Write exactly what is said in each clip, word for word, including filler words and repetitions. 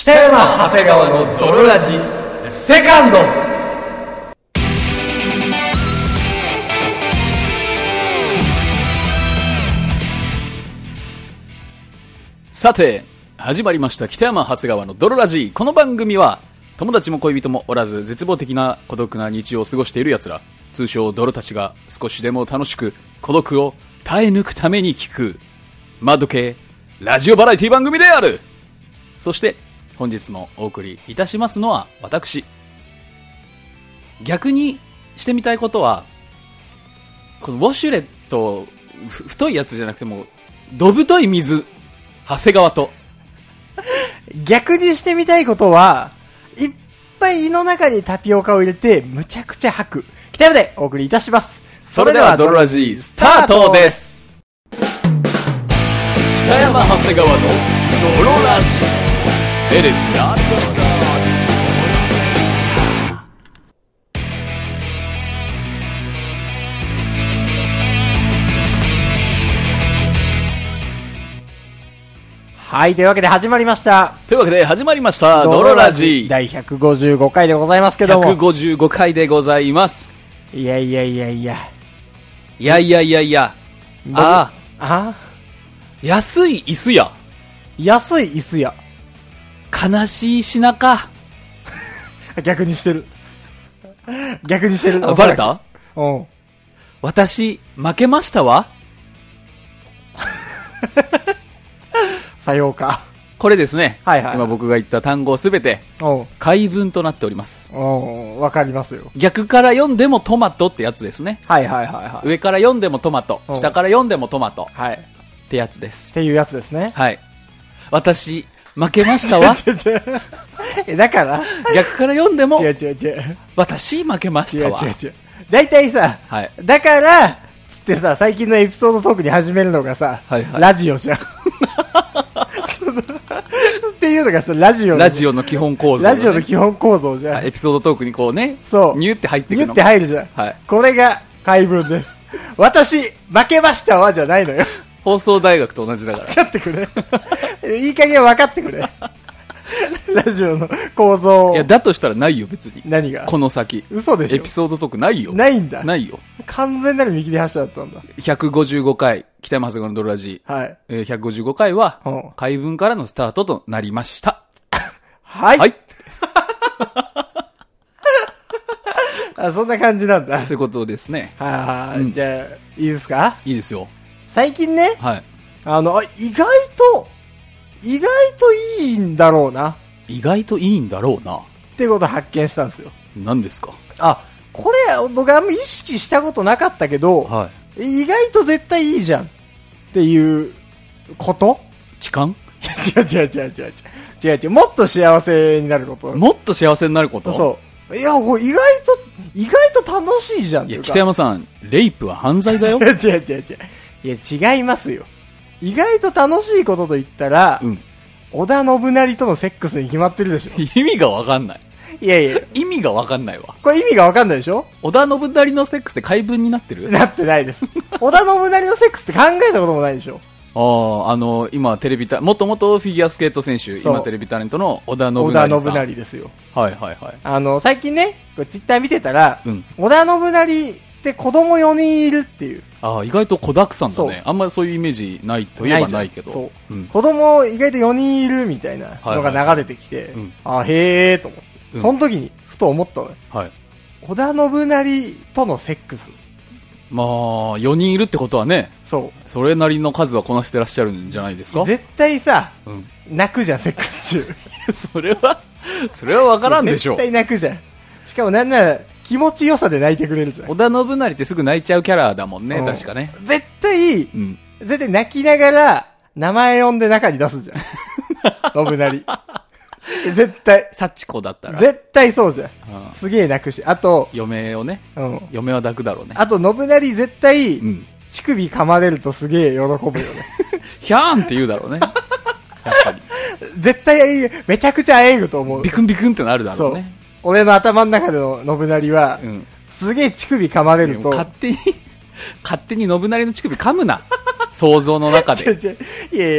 北山長谷川の泥ラジセカンド。さて始まりました北山長谷川の泥ラジ。この番組は友達も恋人もおらず絶望的な孤独な日常を過ごしている奴ら、通称泥たちが少しでも楽しく孤独を耐え抜くために聞くマッド系ラジオバラエティ番組である。そして本日もお送りいたしますのは私。逆にしてみたいことは、このウォシュレット太いやつじゃなくてもどぶとい水、長谷川と逆にしてみたいことは、いっぱい胃の中にタピオカを入れてむちゃくちゃ吐く北山でお送りいたします。 それではドロラジースタートです。北山長谷川のドロラジー。It is not the God。 はい、というわけで始まりましたというわけで始まりましたドロラジーだいひゃくごじゅうごかいでございますけども、 ひゃくごじゅうごかいでございます。 いやいやいやいやいやいやいやいやあああ安い椅子や安い椅子や悲しい品か逆にしてる逆にしてる。 あ、バレた？ うん。 私負けましたわさようか。 これですね、 はいはい、 今僕が言った単語すべて解文となっております。 おわかりますよ。 逆から読んでもトマトってやつですね。 はいはいはいはい。 上から読んでもトマト、下から読んでもトマト、 はい、 ってやつです。 っていうやつですね。 はい。私負けましたわえだから逆から読んでも違う違う違う私負けましたわ。 違う違う違う。だいたいさ、 はい、 だからつってさ、最近のエピソードトークに始めるのがさ、 はいはい、 ラジオじゃんっていうのがさ、ラジオのラジオの基本構造、ね、 ラジオの基本構造じゃん。 エピソードトークにこうね、 そうニュって入ってくるの。 ニュって入るじゃん。 はい。 これが解文です。私負けましたわじゃないのよ。 放送大学と同じだから。 分かってくれ。いい加減分かってくれ。ラジオの構造。 いや、だとしたらないよ別に。 何が？ この先。 嘘でしょ。 エピソードトークないよ。 ないんだ。 ないよ。 完全なる見切り発車だったんだ。 ひゃくごじゅうごかい、北山長谷川のドロラジー。 はい。 えー、ひゃくごじゅうごかいは、解文からのスタートとなりました。 はい。 はい。 あ、そんな感じなんだ。 そういうことですね。 はい、 うん、 じゃあ、いいですか？ いいですよ。 最近ね、 はい。 あの、意外と、意外といいんだろうな。 意外といいんだろうな。 ってことを発見したんですよ。 何ですか？ あ、これ、僕あんま意識したことなかったけど、 はい。 意外と絶対いいじゃん。っていうこと？ 痴漢？ いや、違う違う違う違う違う。違う違う。もっと幸せになること。 もっと幸せになること？ そう。いや、これ意外と、意外と楽しいじゃん。 いや、北山さん、レイプは犯罪だよ。 違う違う違う違う。いや、違いますよ。意外と楽しいことと言ったら、うん、織田信成とのセックスに決まってるでしょ。 意味がわかんない。 いやいや。 意味がわかんないわ。 これ意味がわかんないでしょ？ 織田信成のセックスって解文になってる？ なってないです。織田信成のセックスって考えたこともないでしょ？ ああ、あの、今テレビタ、もともとフィギュアスケート選手、今テレビタレントの織田信成さん。 織田信成ですよ。 はいはいはい。 あの、最近ね、これツイッター見てたら、 うん、 織田信成って子供よにんいるっていう。 ああ、意外と子だくさんだね。あんまりそういうイメージないといえばないけど。 そう、うん。子供意外とよにんいるみたいなのが流れてきて、はいはいはい、あ、へーと思って、うん。その時にふと思ったのよ。 はい。 織田信成とのセックス。 まあ、よにんいるってことはね。 そう。 それなりの数はこなしてらっしゃるんじゃないですか？ 絶対さ、 うん、 泣くじゃん、セックス中。 それは、それはわからんでしょ。 絶対泣くじゃん。しかもなんなら、気持ちよさで泣いてくれるじゃん。 織田信成ってすぐ泣いちゃうキャラだもんね、うん、確かね。 絶対、うん、絶対泣きながら、名前呼んで中に出すじゃん。信成。絶対。 幸子だったら。 絶対そうじゃん。うん、すげえ泣くし。あと、 嫁をね。 うん、 嫁は抱くだろうね。 あと、信成絶対、うん、乳首噛まれるとすげえ喜ぶよね。 ヒャーンって言うだろうね。やっぱり。 絶対、めちゃくちゃあえぐと思う。 ビクンビクンってなるだろうね。 そう俺の頭の中での信成は、うん、すげえ乳首噛まれると。 勝手に、勝手に信成の乳首噛むな。想像の中で。 違う違ういやいや、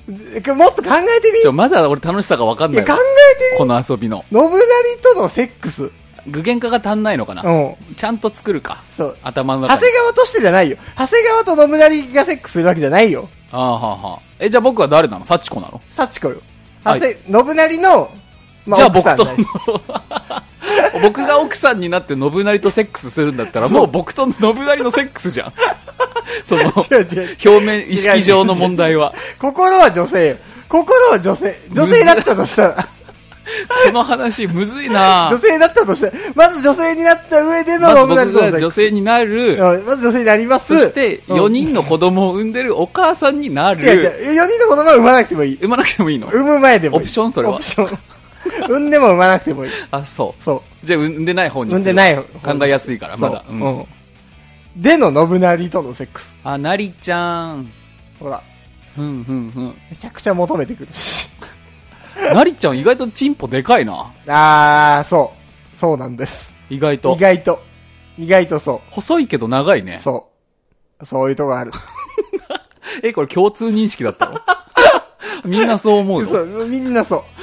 もっと考えてみちょ、まだ俺楽しさがわかんいや、 ないわ。 考えてこの遊びの。 み信成とのセックス。 具現化が足んないのかな、 うん。 ちゃんと作るか。 そう。 頭の中に。 長谷川としてじゃないよ。長谷川と信成がセックスするわけじゃないよ。 ああ、はあ、はあ。え、じゃあ僕は誰なの？幸子なの？ 幸子よ。 はい長谷、信成の、まあ、 じゃあ僕と奥さんだよ、 僕が奥さんになって信成とセックスするんだったら、もう僕と信成のセックスじゃん。その、 違う違う表面、意識上の問題は。 心は女性よ。心は女性。女性だったとしたら、 この話むずいな女性だったとしたら、まず女性になった上でのまず信成僕が女性になる。 うんまず女性になります。 そして、 うんよにんの子供を産んでるお母さんになる。 違う違う。よにんの子供は産まなくてもいい。 産まなくてもいいの？ 産む前でもいい。 オプションそれはオプション。産んでも産まなくてもいい。 あ、そう。 そじゃあ産んでない方にする。 産んでない方考えやすいから、 う。 まだ。 そううん。での信成とのセックス。 あ、なりちゃん。 ほら、 ふんふんふん。 めちゃくちゃ求めてくるし。 なりちゃん意外とチンポでかいな。 あー、そう。そうなんです。 意外と意。外と。意外とそ細いけど長いねう。。そう。そういうとこある。 え、これ共通認識だったの？みんなそう思うの？ そう、みんなそう。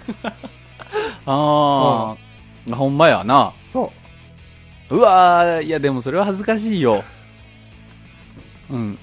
あー、ほんまやな。 そうわー、いやでもそれは恥ずかしいよ。うん。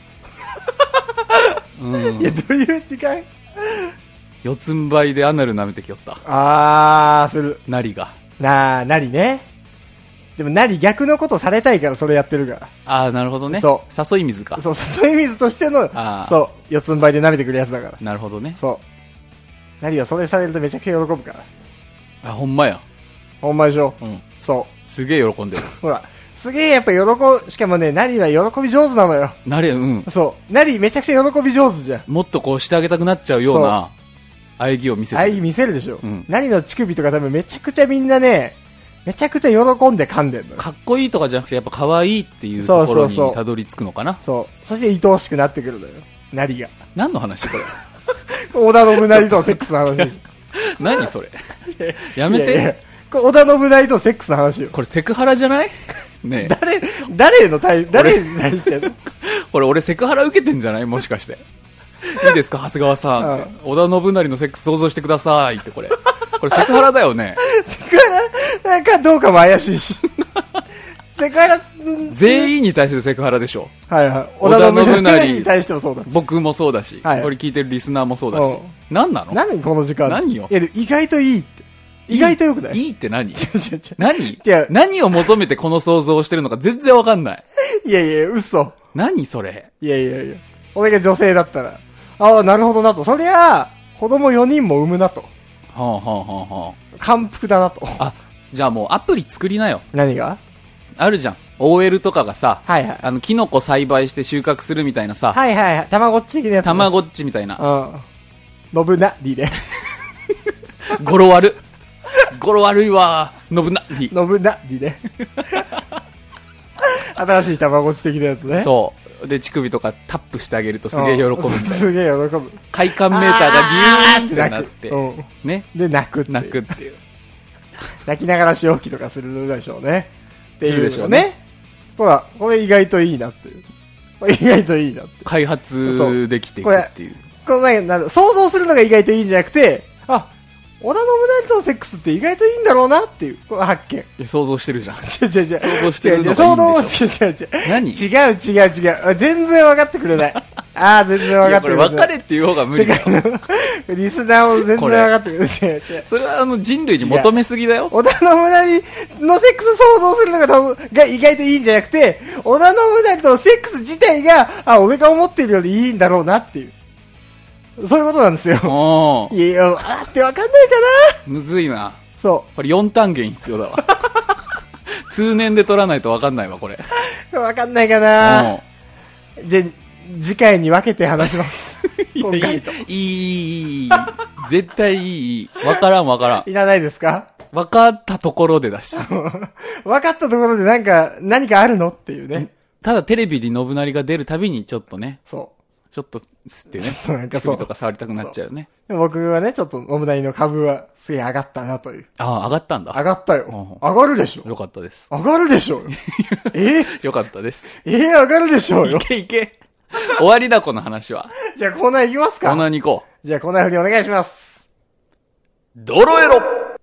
うんう。いや、どういう時間四つん這いでアナル舐めてきよった。 あー、する。 なりが。 なー、なりね。でもなり逆のことされたいからそれやってるから。 あー、なるほどね。 そ誘い水か。 そう、誘い水としてのあー、 そう、四つん這いで舐めてくるやつだから。 なるほどね。 そう。なりはそれされるとめちゃくちゃ喜ぶから。 あ、ほんまや。 ほんまでしょ。 うん。 そすげえ喜んでる。 う。ほら、すげえやっぱ喜ぶ、しかもね、なりは喜び上手なのよ。 なり、うん。 そう。なりめちゃくちゃ喜び上手じゃん。 もっとこうしてあげたくなっちゃうような、喘ぎを見せてる。 愛見せるでしょ。 うんなりの乳首とか多分めちゃくちゃみんなね、めちゃくちゃ喜んで噛んでんのよ。 かっこいいとかじゃなくて、やっぱ可愛いっていうところにそうそうそうたどり着くのかな。 そう。そして愛おしくなってくるのよ。なりが。 何の話これ。 織田信成とセックスの話。 何それ。やめいやいやて。 これ織田信成とセックスの話よ。 これセクハラじゃないねえ。 誰、誰の対、誰に対してんのこれ俺セクハラ受けてんじゃないもしかして。いいですか長谷川さんって。織田信成のセックス想像してくださいってこれ。これセクハラだよね。 セクハラなんかどうかも怪しいし。セクハラ、うん全員に対するセクハラでしょ。 はいはい。 織田信成成に対してもそうだ。 僕もそうだし、 はいこれ聞いてるリスナーもそうだしうん。 何なの何この時間。 何よいや、でも意外といいって。意外と良くないいいって何違う違う何違う何を求めてこの想像をしてるのか全然わかんない。 いやいや、嘘。 何それ。 いやいやいや。俺が女性だったら、ああ、なるほどなと。そりゃ、子供よにんも産むなと。 はあはあはあは感服だなと。 あ。あ、じゃあもうアプリ作りなよ。 何があるじゃん。オーエル とかがさ、 はいはい。 あの、キノコ栽培して収穫するみたいなさ、 はいはいはい。たまごっち的なやつ、 たまごっちみたいな。 うん。信なりで。 語呂悪。語呂悪いわ。信なり。 信なりで。新しいたまごっち的なやつね。 そう。で、乳首とかタップしてあげるとすげえ喜ぶみたいな。 すげえ喜ぶ。 快感メーターがギューンってなって、 うん。 ね。 で、泣くっていう。 泣くっていう。 泣きながら潮吹きとかするでしょうね。っていうするでしょうね。 ほら、これ意外といいなっていう。これ意外といいなって。 開発できていくっていう。 このね、なんだ想像するのが意外といいんじゃなくて、あ、織田信成とのセックスって意外といいんだろうなっていう、この発見。 いや想像してるじゃん。 違う違う違う。 想像してるのがいいんでしょ想像、違う違う違う。 何違う違う違う。全然分かってくれない。ああ、全然分かいやこれってくれない。 別れっていう方が無理だよ。 世界のリスナーも全然分かってくれない。違う違う。 それはあの人類に求めすぎだよ。 織田信成のセックス想像するのが多分、が意外といいんじゃなくて、織田信成とのセックス自体が、あ、俺が思ってるよりいいんだろうなっていう。そういうことなんですよ。 おーいや、あってわかんないかなむずいな。 そこれよん単元必要だわ。通年で取らないとわかんないわ、これ。 う。わかんないかなじゃ、次回に分けて話します。今いやい回と。 い、いい、いい。絶対いい。わからんわからん。 いらないですかわかったところでだし。 分かったところでなんか、何かあるのっていうね。 ただテレビに信成が出るたびにちょっとね、 そちょっと吸ってね、 そうなんかそう乳首とか触りたくなっちゃうよね。 う。でも僕はね、ちょっと信成の株はすげえ上がったなという。 ああ、上がったんだ。 上がったよ。 うん上がるでしょ。 よかったです。 上がるでしょうよ。えー、 よかったです。 えー、上がるでしょうよい。けいけ。 終わりだ、この話は。 じゃあコーナー行きますか。 コーナーに行こう。 じゃあコーナー振りお願いします。 ドロエロ。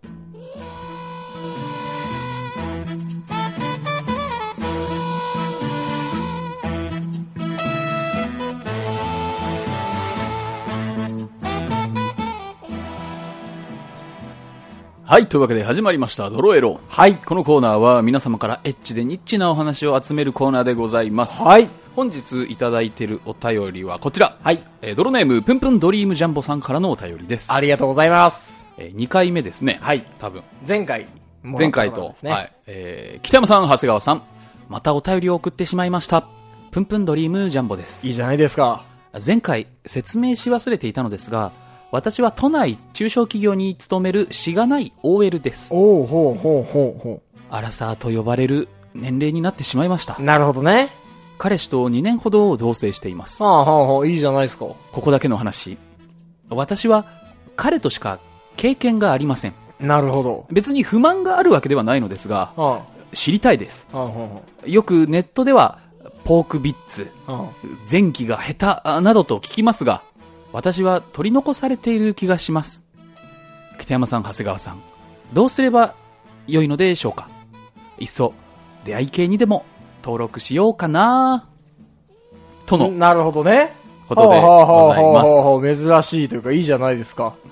はい、というわけで始まりましたドロエロ。 はい。 このコーナーは皆様からエッチでニッチなお話を集めるコーナーでございます。 はい。 本日いただいているお便りはこちら。 はい。 えー、ドロネームプンプンドリームジャンボさんからのお便りです。 ありがとうございます。 えー、にかいめですね。 はい。 多分。 前回も前らった回と、 ものですね。 はい。えー、北山さん、長谷川さん、またお便りを送ってしまいました。プンプンドリームジャンボです。 いいじゃないですか。 前回説明し忘れていたのですが、私は都内中小企業に勤めるしがない オーエル です。 おうほうほうほうほアラサーと呼ばれる年齢になってしまいました。 う。なるほどね。 彼氏とにねんほど同棲しています。 はあはあはあ、いいじゃないですか。 ここだけの話。私は彼としか経験がありません。 なるほど。 別に不満があるわけではないのですが、 は知りたいです。 あはあはよくネットではポークビッツ、 あは前期が下手などと聞きますが、私は取り残されている気がします。北山さん、長谷川さん、どうすれば良いのでしょうか。いっそ出会い系にでも登録しようかなとのなるほどね。 ことでございます。 はあはあはあはあ珍しいというかいいじゃないですか。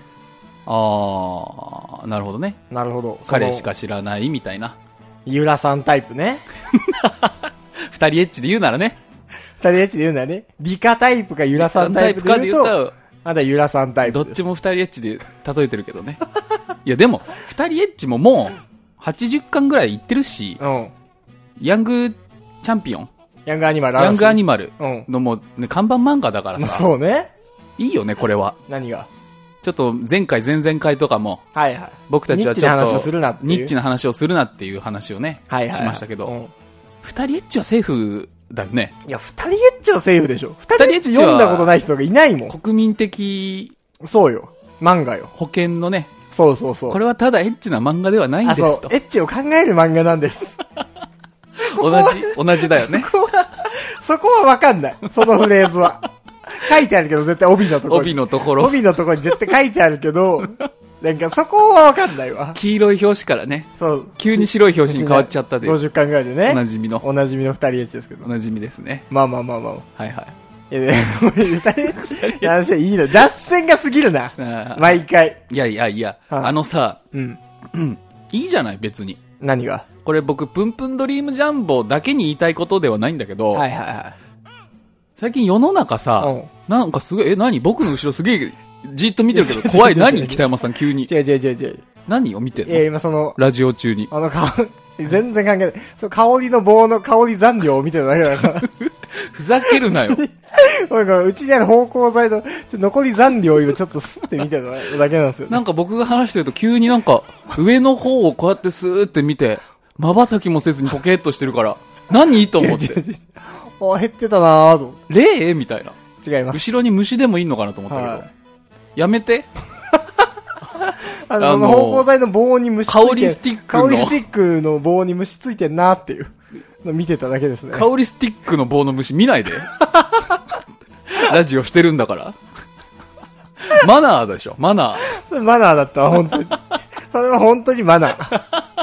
あー、なるほどね。 なるほど。 彼しか知らないみたいな。 ゆらさんタイプね。 二人エッチで言うならね。 二人エッチで言うんだよね。リカタイプかゆらさんタイプで言うと、 タイプかで言うとあんたゆらさんタイプどっです。 ちも二人エッチで例えてるけどね。いやでも、二人エッチももう、はちじゅっかんぐらい行ってるし、 うん。 ヤングチャンピオン、 ヤングアニマルヤングアニマルうん。 のもう、ね、看板漫画だからまあさ、 そうね。 いいよね、これは。 何が。 ちょっと前回、前々回とかも、 はいはい。 僕たちはちょっと、 ニッチな話をするなっていうニッチな話をするなっていう話をね、 はいはいはい。 しましたけど、 うん二人エッチはセーフだよね。 いや、二人エッチはセーフでしょ。二人エッチ二人エッチは読んだことない人がいないもん。 国民的そうよ。漫画よ。 保険のね、 そうそうそう。 これはただエッチな漫画ではないんあ、 ですと。。 そうエッチを考える漫画なんです。 同じ、同じだよね。 そこは、そこはわかんない。そのフレーズは。書いてあるけど、絶対帯のところに。 帯のところ。 帯のところに絶対書いてあるけど、なんかそこはわかんないわ。 黄色い表紙からね、 そう。 急に白い表紙に変わっちゃったで、 ごじゅっかんぐらいでね。 おなじみの。 おなじみの二人エッチですけどお。なじみですね。 まあまあまあまあ。 はいはい。 いやね、二人エッチの話はいいの。脱線が過ぎるな。 あー毎回。 いやいやいや、 はいあのさ、 うん。 いいじゃない別に。 何がこれ僕、プンプンドリームジャンボだけに言いたいことではないんだけど、 はいはいはい。 最近世の中さ、 うんなんかすごい、え、何僕の後ろすげえじっと見てるけど、怖い。何北山さん急に。 違う違う違う違う。 何を見てんいや、 の今その、 ラジオ中に。 あの香り、全然関係ない。その香りの棒の香り残量を見てるだけだから。 ふざけるなよ。 なんかうちにある芳香剤のちょっと残り残量を今ちょっとスッて見てるだけなんですよ、ね。 なんか僕が話してると急になんか、上の方をこうやってスーって見て、瞬きもせずにポケッとしてるから、何と思って。 違う違う違うあ、減ってたなぁと。 霊みたいな。 違います。 後ろに虫でもいいのかなと思ったけど。 はいやめて。 あの、 あのその芳香剤の棒に虫ついて香りスティックの香りスティックの棒に虫ついてんなっていうの見てただけですね。 香りスティックの棒の虫見ないで。ラジオしてるんだから。マナーでしょ、マナー。 それマナーだったわ、本当に。それは本当にマナー。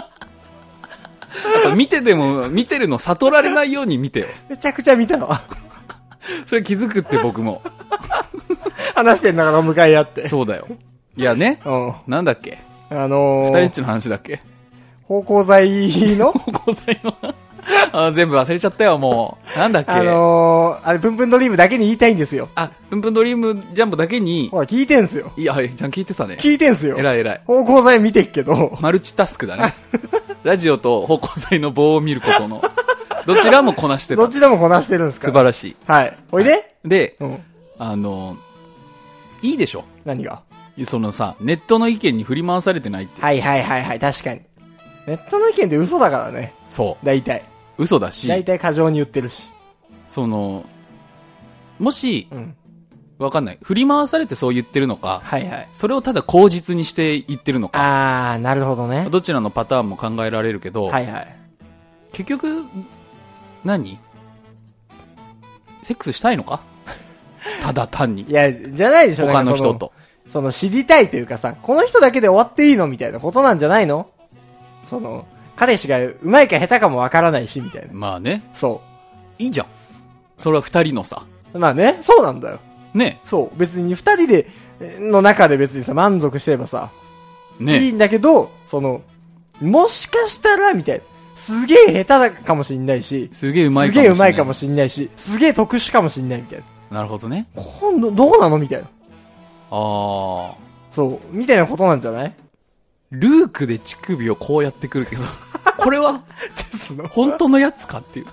やっぱ見てても、見てるの悟られないように見てよ。 めちゃくちゃ見たわ。 それ気づくって僕も。 話してんだから向かい合って。 そうだよ。いやね。 うん。 なんだっけあのー、 二人っちの話だっけ芳香剤の芳香剤のあ全部忘れちゃったよ、もう。なんだっけあのー、あれ、プンプンドリームだけに言いたいんですよ。 あ、プンプンドリームジャンボだけに、 ほら、聞いてんすよ。 いや、はい、ちゃん聞いてたね。 聞いてんすよ。 えらいえらい。 芳香剤見てっけど、 マルチタスクだね。ラジオと芳香剤の棒を見ることの、どちらもこなしてた。 どっちでもこなしてるんすか素晴らしい。 はい。おいで、 で、 うん。 あの、いいでしょ。 何がそのさ、ネットの意見に振り回されてないって。 はいはいはいはい、確かに。ネットの意見って嘘だからね。 そう。 大体。 嘘だし、 大体過剰に言ってるし。 その、もしう、ん。 わかんない。振り回されてそう言ってるのか、 はいはい。 それをただ口実にして言ってるのか、 あー、なるほどね。 どちらのパターンも考えられるけど、 はいはい。 結局、何セックスしたいのかただ単に。 いや、じゃないでしょ、 他の人と。 その知りたいというかさ、この人だけで終わっていいのみたいなことなんじゃないの？その、彼氏が上手いか下手かもわからないし、みたいな。 まあね。 そいいじゃん。それは二人のさ。 う。まあね、そうなんだよ。 ね。 そう。別に二人で、の中で別にさ、満足してればさ、 ね。 いいんだけど、その、もしかしたら、みたいな。すげえ下手だかもしんないし、 すげえうまいすかもしれない。 げえうまいかもしんないし、すげえ特殊かもしんないみたいな。 なるほどね。 今度、どうなのみたいな。 ああ。 そう。みたいなことなんじゃない？ ルークで乳首をこうやってくるけど、これは、本当のやつかっていう。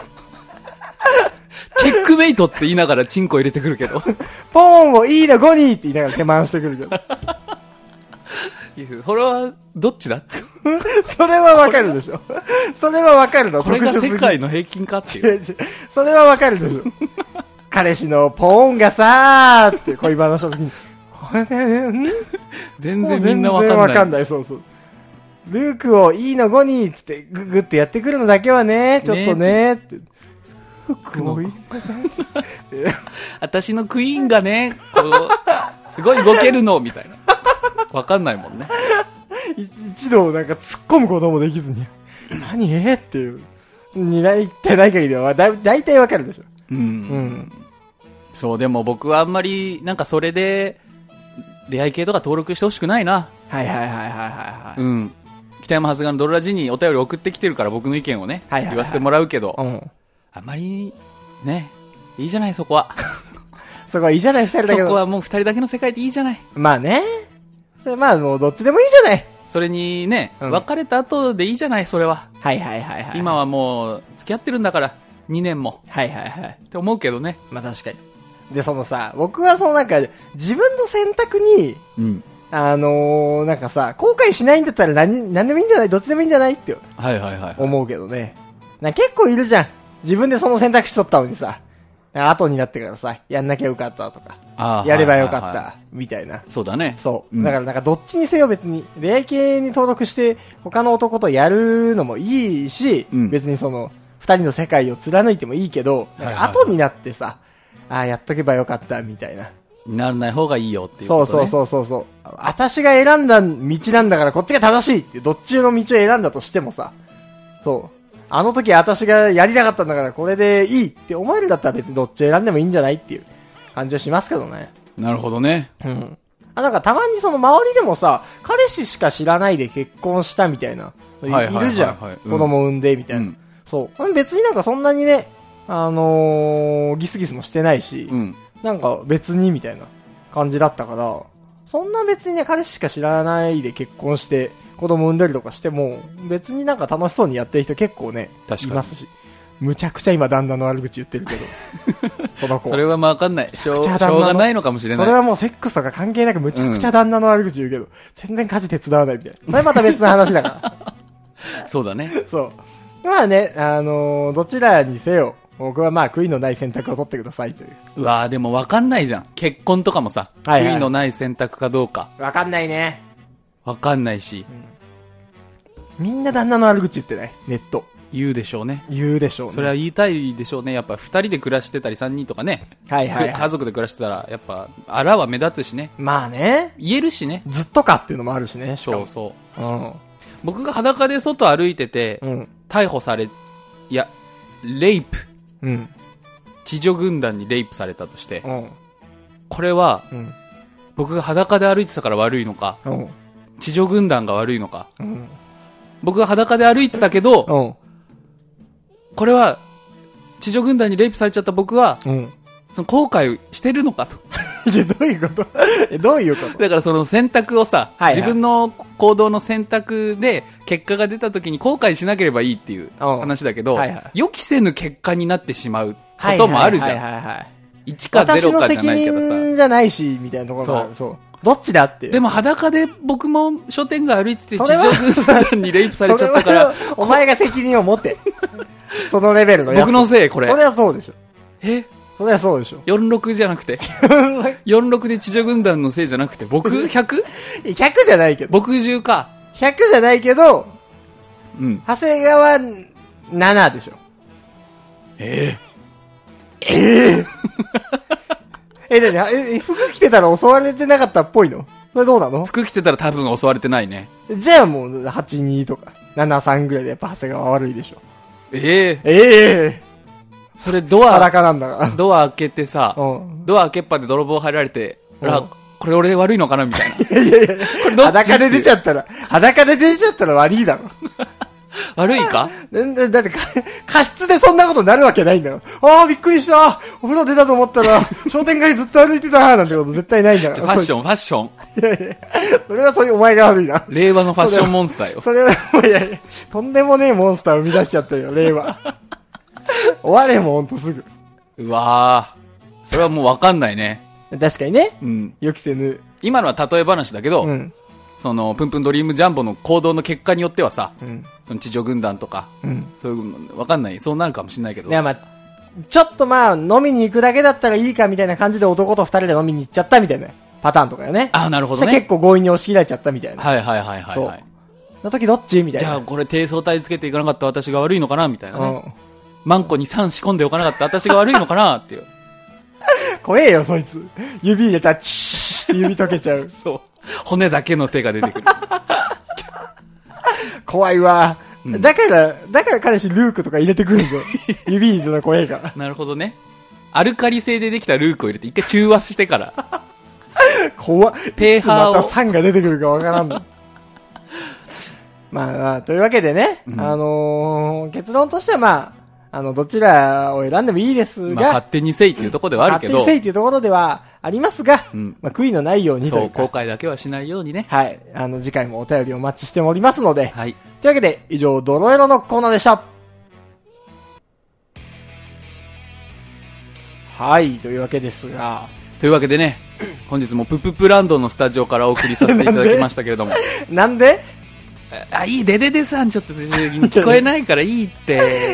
チェックメイトって言いながらチンコ入れてくるけど。 ポーンをいいなゴニーって言いながら手回してくるけど。 いや、これは、どっちだって。 それはわかるでしょ。それはわかるの。 これが世界の平均かっていう。 違う違う。それはわかるでしょ。彼氏のポーンがさーって恋バナした時に、 全然みんなわかんない。全然わかんない、そうそう。ルークをいいのゴニーつってググってやってくるのだけはね、ちょっとね、って。ルークをいいの私のクイーンがね、こう、すごい動けるの、みたいな。わかんないもんね。 一度なんか突っ込むこともできずに、何えっていう、になってない限りはだ、だいたいわかるでしょ。 うん。 うん。 そう、でも僕はあんまり、なんかそれで、出会い系とか登録してほしくないな。 はいはいはいはいはい。 うん。北山長谷川のドロラジにお便り送ってきてるから僕の意見をね、 はいはいはい、 言わせてもらうけど、 うん、 あんまり、ね、いいじゃない、そこは。 そこはいいじゃない、二人だけど。 そこはもう二人だけの世界でいいじゃない。 まあね。それまあもうどっちでもいいじゃない。 それにね、 うん、 別れた後でいいじゃない、それは。 はいはいはいはい。 今はもう、付き合ってるんだから、にねんも。 はいはいはい。 って思うけどね。 まあ確かに。で、そのさ、僕はそのなんか、自分の選択に、 うん。 あのー、なんかさ、後悔しないんだったら何、何でもいいんじゃない？どっちでもいいんじゃないって。 はいはいはい。 思うけどね。なんか結構いるじゃん。自分でその選択肢取ったのにさ、後になってからさ、やんなきゃよかったとか、 あやればよかった、 はいはいはい、 みたいな。 そうだね。 そう。 うん、 だからなんかどっちにせよ別に、出会い系に登録して他の男とやるのもいいし、うん、別にその、二人の世界を貫いてもいいけど、はいはいはい、後になってさ、ああ、やっとけばよかった、みたいな。 ならない方がいいよっていうことね。 そうそうそうそう。私が選んだ道なんだからこっちが正しいって、どっちの道を選んだとしてもさ、そう。あの時私がやりたかったんだからこれでいいって思えるんだったら別にどっち選んでもいいんじゃないっていう感じはしますけどね。 なるほどね。 うん。あ、なんかたまにその周りでもさ、彼氏しか知らないで結婚したみたいな、いるじゃん。子供産んでみたいな。うん、そう。別になんかそんなにね、あのー、ギスギスもしてないし、うん、なんか別にみたいな感じだったから、そんな別にね、彼氏しか知らないで結婚して、子供産んだりとかしても、別になんか楽しそうにやってる人結構ね、いますし。むちゃくちゃ今旦那の悪口言ってるけど。その子。 それはまあわかんない。しょう、しょうがないのかもしれない。 それはもうセックスとか関係なくむちゃくちゃ旦那の悪口言うけど、うん、全然家事手伝わないみたいな。それまた別の話だから。 そうだね。 そう。まあね、あのー、どちらにせよ、僕はまあ悔いのない選択を取ってくださいという。 うわーでもわかんないじゃん。結婚とかもさ、はいはい、悔いのない選択かどうか。 わかんないね。 わかんないし、 うん。みんな旦那の悪口言ってないネット。 言うでしょうね。 言うでしょうね。 それは言いたいでしょうね。やっぱ二人で暮らしてたり三人とかね。 はいはい、はい。 家族で暮らしてたら、やっぱ、あらは目立つしね。 まあね。 言えるしね。 ずっとかっていうのもあるしね。 そうそう。 うん。 僕が裸で外歩いてて、うん、逮捕され、いや、レイプ。うん。地女軍団にレイプされたとして、うん、これは、うん、僕が裸で歩いてたから悪いのか、うん、地女軍団が悪いのか、うん、僕が裸で歩いてたけど、うん、これは地女軍団にレイプされちゃった僕は、うん、その後悔してるのかと。 いや、どういうことえ、どういうことだからその選択をさ、はいはい、自分の行動の選択で結果が出た時に後悔しなければいいっていう話だけど、はいはい、予期せぬ結果になってしまうこともあるじゃん。はいはいはいはい、いちかゼロかじゃないけどさ。 私の責任じゃないし、みたいなところがある。そう。どっちだって。 でも裸で僕も商店街歩いてて地上軍団にレイプされちゃったから。 お前が責任を持って。そのレベルのやつ。 僕のせい、これ。 それはそうでしょ。 えそれはそうでしょ。 よんじゅうろくじゃなくて。よんじゅうろくで地上軍団のせいじゃなくて、僕 ひゃく? ひゃく じゃないけど。 僕じゅうか。 ひゃくじゃないけど、うん。長谷川ななでしょ。 ええーえええ、なに、え、服着てたら襲われてなかったっぽいの？それどうなの？ 服着てたら多分襲われてないね。 じゃあもう、はちにとか、ななさんぐらいでやっぱ長谷川悪いでしょ。 ええええそれドア、 裸なんだから。 ドア開けてさ、 うん、 ドア開けっぱで泥棒入られて、 うん、 あ、これ俺悪いのかなみたいな。 いやいやいや、これどっち裸で出ちゃったら、裸で出ちゃったら悪いだろ。 悪いか？ だってか、過失でそんなことになるわけないんだよ。ああ、びっくりした。お風呂出たと思ったら、商店街ずっと歩いてたなんてこと絶対ないんだから。 ファッション、ファッション。 いやいや、それはそういうお前が悪いな。 令和のファッションモンスターよ。 それは、それはいやいや、とんでもねえモンスターを生み出しちゃったよ、令和。終われもほんとすぐ。 うわぁ。それはもうわかんないね。 確かにね。 うん。 予期せぬ。 今のは例え話だけど、うん、その、プンプンドリームジャンボの行動の結果によってはさ、うん、その地上軍団とか、うん、そういうの、わかんない。そうなるかもしれないけど。 いや、まあ、ちょっとまあ、飲みに行くだけだったらいいかみたいな感じで男と二人で飲みに行っちゃったみたいなパターンとかよね。 ああ、なるほどね。 結構強引に押し切られちゃったみたいな。 はいはいはいはい、はい。そう。 の時どっちみたいな。 じゃあこれ低層体つけていかなかった私が悪いのかなみたいなね。うん。マンコにさん仕込んでおかなかった私が悪いのかなっていう。 怖えよ、そいつ。指入れたら、チーって指溶けちゃう。 そう。骨だけの手が出てくる。 怖いわ。うん、だから、だから彼氏ルークとか入れてくるんぞ。指入れの怖えから。 なるほどね。アルカリ性でできたルークを入れて一回中和してから。 怖っ。 ペーハーを。 いつまた酸が出てくるかわからんの。まあ、まあ、というわけでね、うん、あのー、結論としてはまあ、あの、どちらを選んでもいいですが、まあ、 勝手にせいっていうところではあるけど、 勝手にせいっていうところではありますが、うん、まあ、悔いのないようにというか、 そう、後悔だけはしないようにね。 はい。あの、次回もお便りお待ちしておりますので、 はい。 というわけで、以上、ドロエロのコーナーでした。はい、というわけですが、 というわけでね、本日もプププランドのスタジオからお送りさせていただきましたけれども。 なんであ、いい、デデデさんちょっと聞こえないからいいって、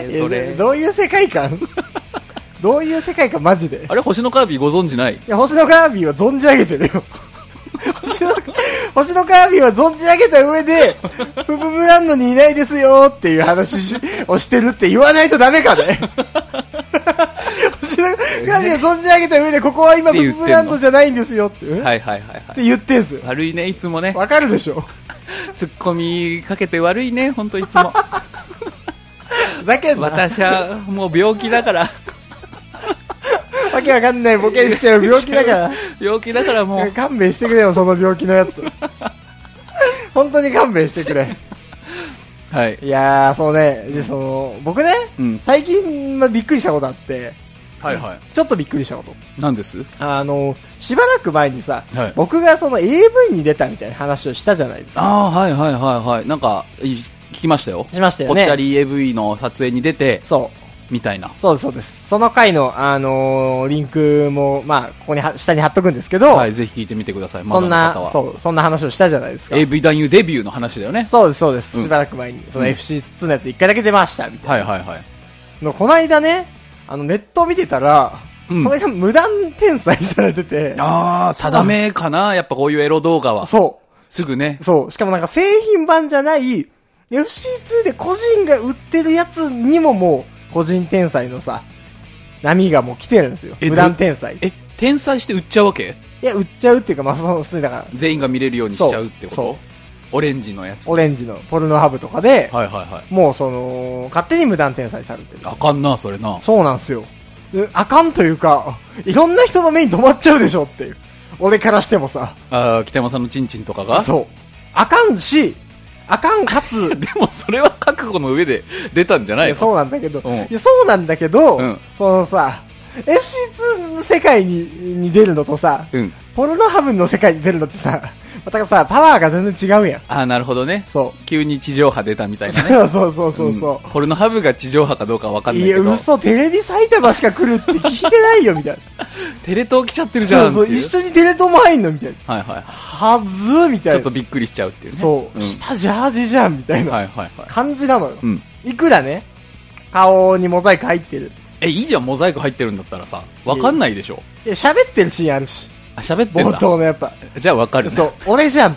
それ。 どういう世界観どういう世界観マジで。 あれ、星のカービィご存知ない？いや、星のカービィは存じ上げてるよ。星の、星のカービィは存じ上げた上で、プププランドにいないですよっていう話をしてるって言わないとダメかね。星のカービィは存じ上げた上で、ここは今プププランドじゃないんですよって。はいはいはいはい。 って言ってんすよ。 悪いね、いつもね。 わかるでしょ。 ツッコミかけて悪いね、ほんといつも。 ふざけんな。 私はもう病気だから。 わけわかんないボケしちゃう病気だから。 病気だからもう。 勘弁してくれよ、その病気のやつ。本当に勘弁してくれ。 はい。 いやー、そうね、で、その、僕ね、うん、最近、まあ、びっくりしたことあって、 はいはい。 ちょっとびっくりしたこと。 何です？ あの、しばらく前にさ、 はい、 僕がその エーブイ に出たみたいな話をしたじゃないですか。 ああ、はいはいはいはい。なんか、聞きましたよ。 しましたよね。 ぽっちゃり エーブイ の撮影に出て、 そう。 みたいな。 そうですそうです。その回の、あのー、リンクも、まあ、ここには、下に貼っとくんですけど、 はい、ぜひ聞いてみてください。 そんな、そう、そんな話をしたじゃないですか。 エーブイ 男優デビューの話だよね。 そうですそうです。うん、しばらく前に、その エフシーツー のやつ一回だけ出ました、みたいな。 はいはいはい。 の、この間ね、あの、ネットを見てたら、うん、それが無断転載されてて。 ああ、定めかなやっぱこういうエロ動画は。 そう。 すぐね。 そう。しかもなんか製品版じゃない、エフシーツー で個人が売ってるやつにももう、個人転載のさ、波がもう来てるんですよ。無断転載。 え、転載して売っちゃうわけ？ いや、売っちゃうっていうか、まあ、その、普通にだから。 全員が見れるようにしちゃうってこと？そう。そうオレンジのやつ。 オレンジのポルノハブとかで、 はいはいはい。 もうその、勝手に無断転載されてる。 あかんな、それな。 そうなんですよ。あかんというか、いろんな人の目に留まっちゃうでしょっていう。俺からしてもさ。 ああ、北山さんのチンチンとかがそう。あかんし、あかんかつ。 でもそれは覚悟の上で出たんじゃないの？ いやそうなんだけど、うん、いやそうなんだけど、うん、そのさ、エフシーツー の世界にに出るのとさ、うん、ポルノハブの世界に出るのってさ、またさ、パワーが全然違うやん。 ああ、なるほどね。 そう。 急に地上波出たみたいなね。 そうそうそうそう、うん。 ポルノハブが地上波かどうかわかんないけど。 いや、嘘、テレビ埼玉しか来るって聞いてないよ、みたいな。 テレ東来ちゃってるじゃん。 そうそう、一緒にテレ東も入んのみたいな。 はいはい。 はずみたいな。 ちょっとびっくりしちゃうっていうね。 そう。うん、下ジャージじゃん、みたいな。 はいはいはい。 感じなのよ。 うん。 いくらね、顔にモザイク入ってる。 え、いいじゃん、モザイク入ってるんだったらさ、わかんないでしょ。 いや、喋ってるシーンあるし。 あ、喋ってんだ。 冒頭のやっぱ。 じゃあわかる。 そう、俺じゃんって。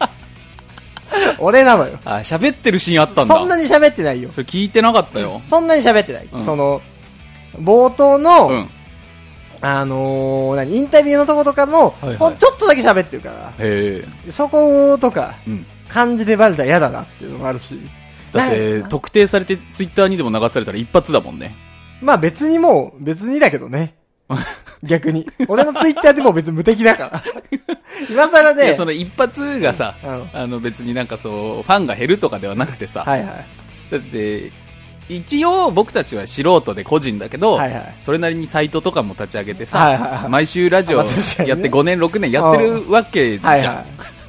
俺なのよ。 あ、喋ってるシーンあったんだ。 そんなに喋ってないよ。 それ聞いてなかったよ。 そんなに喋ってない。うん、その、 冒頭の、 うん、 あのー、何、インタビューのとことかも、はいはい、ほんちょっとだけ喋ってるから、 へそことか、 うん、 漢字でバレたら嫌だなっていうのもあるし。 だって、特定されてツイッターにでも流されたら一発だもんね。 まあ別にもう、別にだけどね。逆に。俺のツイッターでも別に無敵だから。今更ね。 いや、その一発がさ、うん、あの別になんかそう、ファンが減るとかではなくてさ、 はいはい。 だって、一応僕たちは素人で個人だけど、はいはい、それなりにサイトとかも立ち上げてさ、はいはいはい、毎週ラジオやってごねん、ろくねんやってるわけじゃん。はいはい、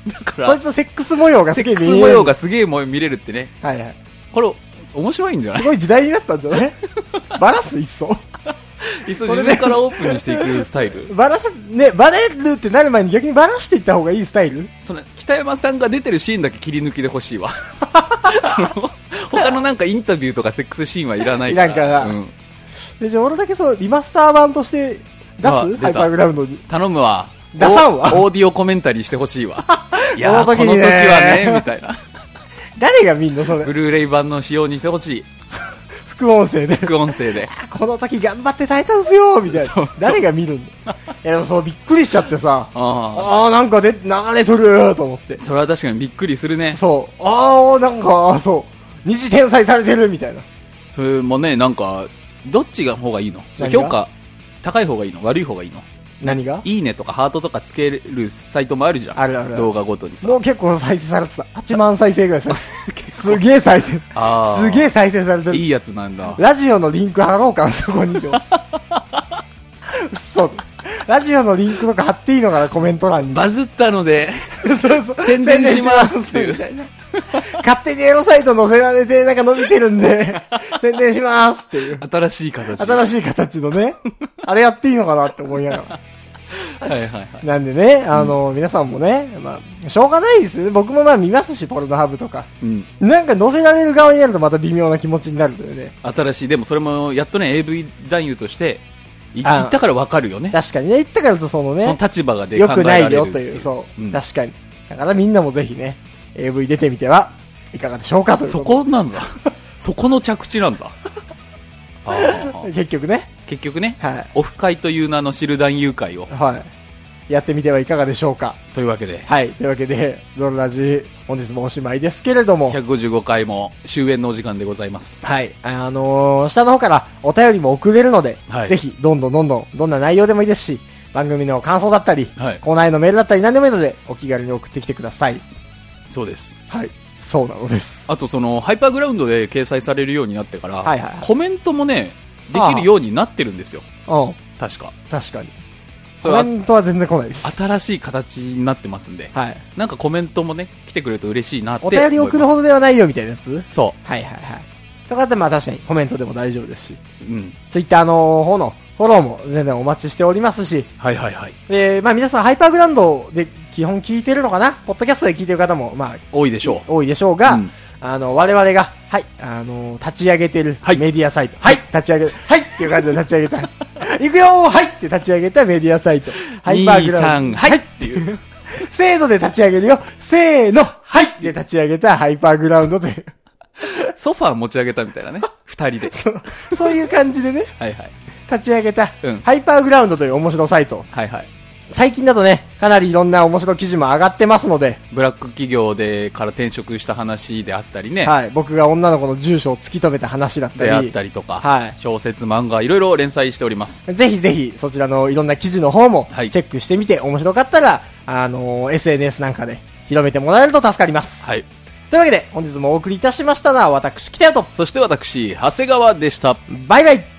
だから、 そいつのセックス模様がすげえ見れる。 セックス模様がすげえ見れるってね。 はいはい。 これ、面白いんじゃない？ すごい時代になったんじゃないバラす、いっそ。 いっそ自分からオープンにしていくスタイル。 バラす、ね、バレるってなる前に逆にバラしていった方がいいスタイル？ その、北山さんが出てるシーンだけ切り抜きで欲しいわ。その他のなんかインタビューとかセックスシーンはいらないから。いらんから。うん。 で、じゃあ俺だけそう、リマスター版として出す？ハイパーグラウンドに。 頼むわ。 出さんわ。 オーディオコメンタリーしてほしいわ。いやー、この時はね、みたいな。 誰が見んのそれ。 ブルーレイ版の仕様にしてほしい。 副音声で。 副音声で。 この時頑張って耐えたんすよみたいな。誰が見るんだ。いや、でもそう、びっくりしちゃってさ。ああ、なんかで、流れとると思って。 それは確かにびっくりするね。 そう。ああ、なんか、そう。二次転載されてるみたいな。 それもね、なんか、どっちが方がいいの？評価、高い方がいいの？悪い方がいいの？ 何が？ いいねとかハートとかつけるサイトもあるじゃん。 あるある。 動画ごとにさ。 もう結構再生されてた。はちまん再生ぐらいされてた。すげえ再生。あすげえ再生されてる。 いいやつなんだ。 ラジオのリンク貼ろうかな、そこに。そう。ラジオのリンクとか貼っていいのかな、コメント欄に。 バズったので、 そうそう宣伝しますっていう。 勝手にエロサイト載せられて、なんか伸びてるんで、宣伝しますっていう。 新しい形。 新しい形のね。あれやっていいのかなって思いながら。 はいはいはい。 なんでね、あの、うん、皆さんもね、まあ、しょうがないですよね。僕もまあ見ますし、ポルノハブとか。うん。なんか載せられる側になるとまた微妙な気持ちになるんだよね。 新しい、でもそれもやっとね、エーブイ 男優として、言ったから分かるよね。 確かにね、言ったからとそのね。 その立場がで考えられる。 良くないよという、そう、うん。確かに。だからみんなもぜひね、エーブイ 出てみてはいかがでしょうかという。 そこなんだ。そこの着地なんだ。 あ結局ね。 結局ね、はい、オフ会という名の知る男優会を、 はい、やってみてはいかがでしょうか。 というわけで、 はい、というわけで、ドロラジ、本日もおしまいですけれども、 ひゃくごじゅうごかいも終焉のお時間でございます。 はい、あのー、下の方からお便りも送れるので、はい、ぜひ、どんどんどんどん、どんな内容でもいいですし、番組の感想だったり、はい、コーナーへのメールだったり何でもいいので、お気軽に送ってきてください。 そうです。 はい。そうなのです。 あと、その、ハイパーグラウンドで掲載されるようになってから、はいはいはい、コメントもね、できるようになってるんですよ。 うん。 確か。 確かに。コメントは全然来ないです。 新しい形になってますんで。はい。なんかコメントもね、来てくれると嬉しいなって。 お便り送るほどではないよみたいなやつ？ そう。 はいはいはい。とかってまあ確かにコメントでも大丈夫ですし。うん。ツイッターの方のフォローも全然お待ちしておりますし。 はいはいはい。 えー、まあ皆さんハイパーグラウンドで基本聞いてるのかな？ポッドキャストで聞いてる方もまあ。 多いでしょう。多いでしょうが、うん、あの、我々が、はい、あの、立ち上げてるメディアサイト。はい、はい、立ち上げる。はいっていう感じで立ち上げた。行くよーはいって立ち上げたメディアサイト。ハイパーグラウンド。はいっていう。せーので立ち上げるよ。せーのはいで立ち上げたハイパーグラウンドという。 ソファー持ち上げたみたいなね。二人で。 そう、そういう感じでね。 はいはい。 立ち上げた、うん、ハイパーグラウンドという面白サイト。 はいはい。 最近だとね、かなりいろんな面白記事も上がってますので。 ブラック企業でから転職した話であったりね。 はい。僕が女の子の住所を突き止めた話だったり。 であったりとか。はい。小説、漫画、いろいろ連載しております。 ぜひぜひ、そちらのいろんな記事の方も、チェックしてみて、はい、面白かったら、あのー、エスエヌエス なんかで広めてもらえると助かります。 はい。 というわけで、本日もお送りいたしましたのは、私、北谷と。 そして私、長谷川でした。 バイバイ。